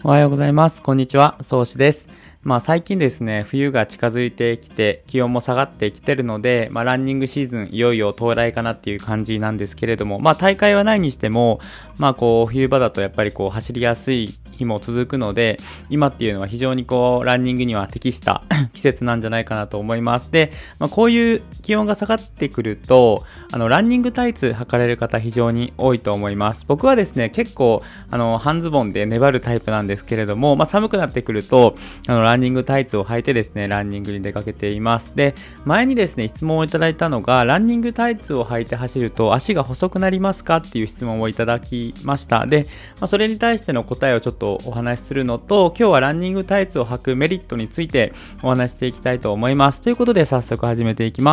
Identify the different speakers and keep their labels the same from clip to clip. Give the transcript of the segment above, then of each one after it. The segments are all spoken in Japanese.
Speaker 1: おはようございます。こんにちは。そうしです。最近ですね、冬が近づいてきて、気温も下がってきてるので、ランニングシーズンいよいよ到来かなっていう感じなんですけれども、大会はないにしても、冬場だとやっぱり走りやすい日も続くので、今っていうのは非常にランニングには適した季節なんじゃないかなと思います。で、こういう気温が下がってくると、ランニングタイツ履かれる方非常に多いと思います。僕はですね、結構、半ズボンで粘るタイプなんですけれども、寒くなってくると、ランニングタイツを履いてですね、ランニングに出かけています。で、前にですね、質問をいただいたのが、ランニングタイツを履いて走ると足が細くなりますかっていう質問をいただきました。で、それに対しての答えをちょっとお話しするのと、今日はランニングタイツを履くメリットについてお話していきたいと思います。ということで早速始めていきます。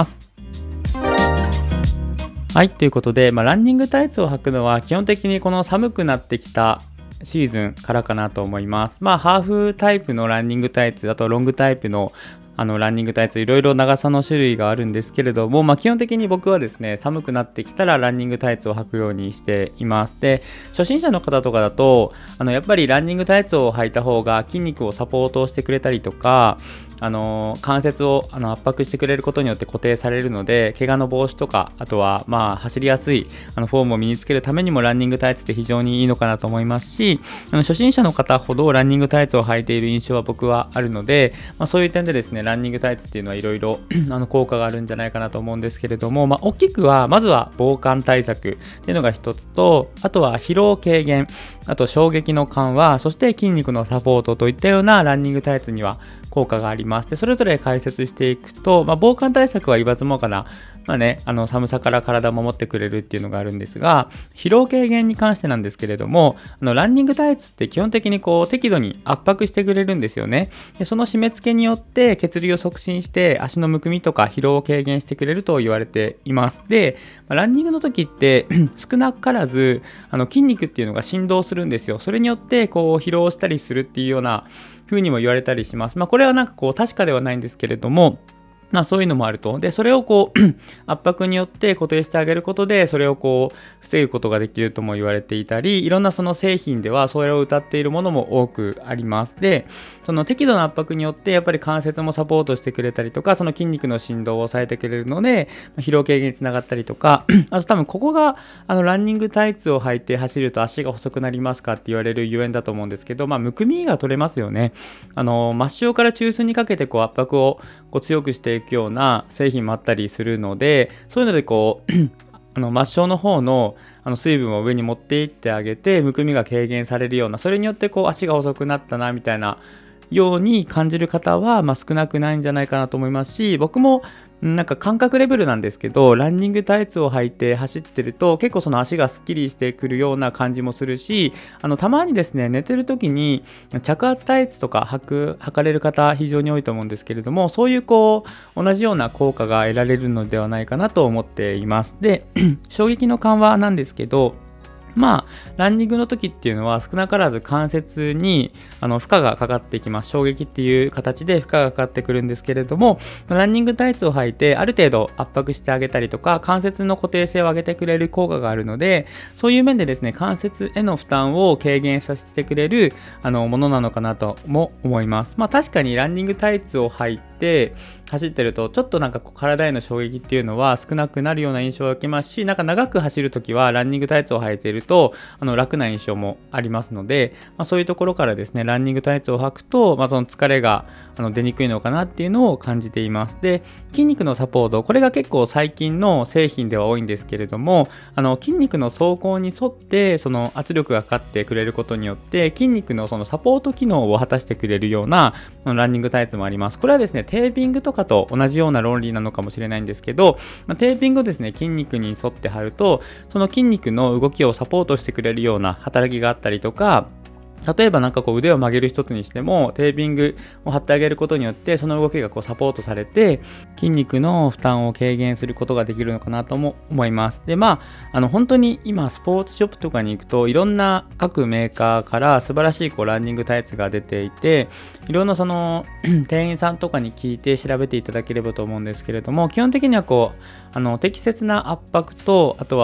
Speaker 1: はい、ということで、ランニングタイツを履くのは基本的にこの寒くなってきたシーズンからかなと思います。ハーフタイプのランニングタイツ、あとロングタイプのランニングタイツ、いろいろ長さの種類があるんですけれども、基本的に僕はですね、寒くなってきたらランニングタイツを履くようにしています。で、初心者の方とかだと、やっぱりランニングタイツを履いた方が筋肉をサポートしてくれたりとか、関節を圧迫してくれることによって固定されるので、怪我の防止とか、あとは走りやすいフォームを身につけるためにもランニングタイツって非常にいいのかなと思いますし、初心者の方ほどランニングタイツを履いている印象は僕はあるので、そういう点でですね、ランニングタイツっていうのはいろいろ効果があるんじゃないかなと思うんですけれども、大きくはまずは防寒対策っていうのが一つと、あとは疲労軽減、あと衝撃の緩和、そして筋肉のサポートといったようなランニングタイツには効果があります。で、それぞれ解説していくと、防寒対策は言わずもがな、寒さから体を守ってくれるっていうのがあるんですが、疲労軽減に関してなんですけれども、ランニングタイツって基本的に適度に圧迫してくれるんですよね。で、その締め付けによって血流を促進して足のむくみとか疲労を軽減してくれると言われています。で、ランニングの時って少なからず筋肉っていうのが振動するんですよ。それによって疲労したりするっていうような風にも言われたりします。これは確かではないんですけれども、そういうのもあると。で、それを圧迫によって固定してあげることで、それを防ぐことができるとも言われていたり、いろんなその製品ではそれを謳っているものも多くあります。で、その適度な圧迫によってやっぱり関節もサポートしてくれたりとか、その筋肉の振動を抑えてくれるので、疲労軽減につながったりとか、あと多分ここがランニングタイツを履いて走ると足が細くなりますかって言われるゆえんだと思うんですけど、むくみが取れますよね。末梢から中枢にかけて圧迫を強くしていくような製品もあったりするので、そういうので末梢の方の水分を上に持っていってあげて、むくみが軽減されるような、それによって足が細くなったなみたいなように感じる方は少なくないんじゃないかなと思いますし、僕も感覚レベルなんですけど、ランニングタイツを履いて走ってると結構その足がスッキリしてくるような感じもするし、たまにですね、寝てる時に着圧タイツとか履かれる方非常に多いと思うんですけれども、そういう同じような効果が得られるのではないかなと思っています。で、衝撃の緩和なんですけど、ランニングの時っていうのは少なからず関節に負荷がかかってきます。衝撃っていう形で負荷がかかってくるんですけれども、ランニングタイツを履いてある程度圧迫してあげたりとか、関節の固定性を上げてくれる効果があるので、そういう面でですね、関節への負担を軽減させてくれるものなのかなとも思います。確かにランニングタイツを履いて走ってるとちょっと体への衝撃っていうのは少なくなるような印象を受けますし、長く走るときはランニングタイツを履いていると楽な印象もありますので、そういうところからですね、ランニングタイツを履くと、その疲れが出にくいのかなっていうのを感じています。で、筋肉のサポート、これが結構最近の製品では多いんですけれども、筋肉の走行に沿ってその圧力がかかってくれることによって筋肉のそのサポート機能を果たしてくれるようなランニングタイツもあります。これはですね、テーピングとかと同じような論理なのかもしれないんですけど、テーピングをですね、筋肉に沿って貼ると、その筋肉の動きをサポートしてくれるような働きがあったりとか、例えば腕を曲げる一つにしてもテーピングを貼ってあげることによってその動きがサポートされて筋肉の負担を軽減することができるのかなとも思います。で、本当に今スポーツショップとかに行くといろんな各メーカーから素晴らしいランニングタイツが出ていて、いろんなその店員さんとかに聞いて調べていただければと思うんですけれども、基本的には適切な圧迫と、あとは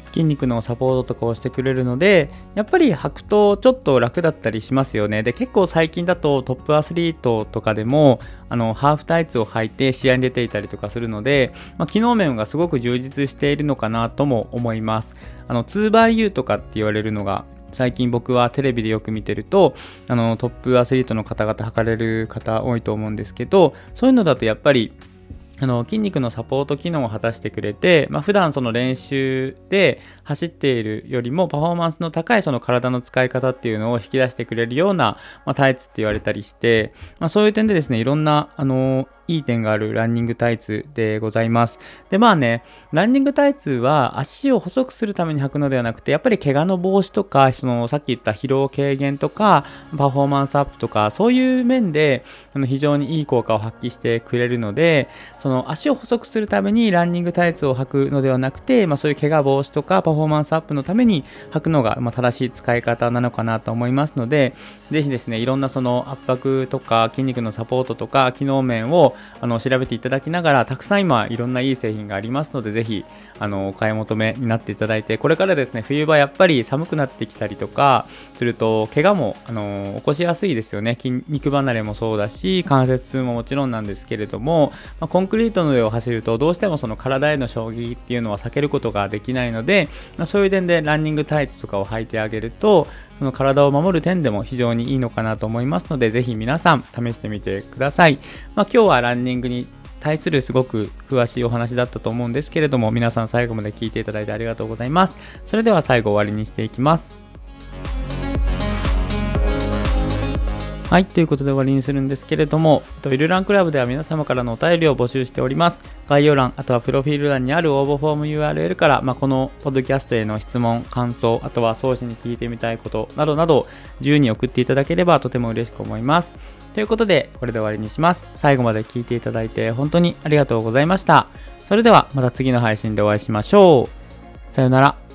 Speaker 1: 筋肉のサポートとかをしてくれるので、やっぱり履くとちょっと楽だったりしますよね。で、結構最近だとトップアスリートとかでもハーフタイツを履いて試合に出ていたりとかするので、機能面がすごく充実しているのかなとも思います。2xU とかって言われるのが最近僕はテレビでよく見てるとトップアスリートの方々履かれる方多いと思うんですけど、そういうのだとやっぱり筋肉のサポート機能を果たしてくれて、普段その練習で走っているよりもパフォーマンスの高いその体の使い方っていうのを引き出してくれるような、タイツって言われたりして、そういう点でですね、いろんないい点があるランニングタイツでございます。で、ランニングタイツは足を細くするために履くのではなくて、やっぱり怪我の防止とか、さっき言った疲労軽減とか、パフォーマンスアップとか、そういう面で非常にいい効果を発揮してくれるので、足を細くするためにランニングタイツを履くのではなくて、そういう怪我防止とかパフォーマンスアップのために履くのが、正しい使い方なのかなと思いますので、ぜひですね、いろんな圧迫とか筋肉のサポートとか機能面を調べていただきながら、たくさん今いろんないい製品がありますので、ぜひお買い求めになっていただいて、これからですね、冬場やっぱり寒くなってきたりとかすると怪我も起こしやすいですよね。筋肉離れもそうだし、関節痛ももちろんなんですけれども、コンクリートの上を走るとどうしてもその体への衝撃っていうのは避けることができないので、そういう点でランニングタイツとかを履いてあげると、その体を守る点でも非常にいいのかなと思いますので、ぜひ皆さん試してみてください。今日はランニングに対するすごく詳しいお話だったと思うんですけれども、皆さん最後まで聞いていただいてありがとうございます。それでは最後終わりにしていきます。はい、ということで終わりにするんですけれども、ゆるランクラブでは皆様からのお便りを募集しております。概要欄、あとはプロフィール欄にある応募フォーム URL から、このポッドキャストへの質問、感想、あとは送信に聞いてみたいことなどなど自由に送っていただければとても嬉しく思います。ということで、これで終わりにします。最後まで聞いていただいて本当にありがとうございました。それではまた次の配信でお会いしましょう。さよなら。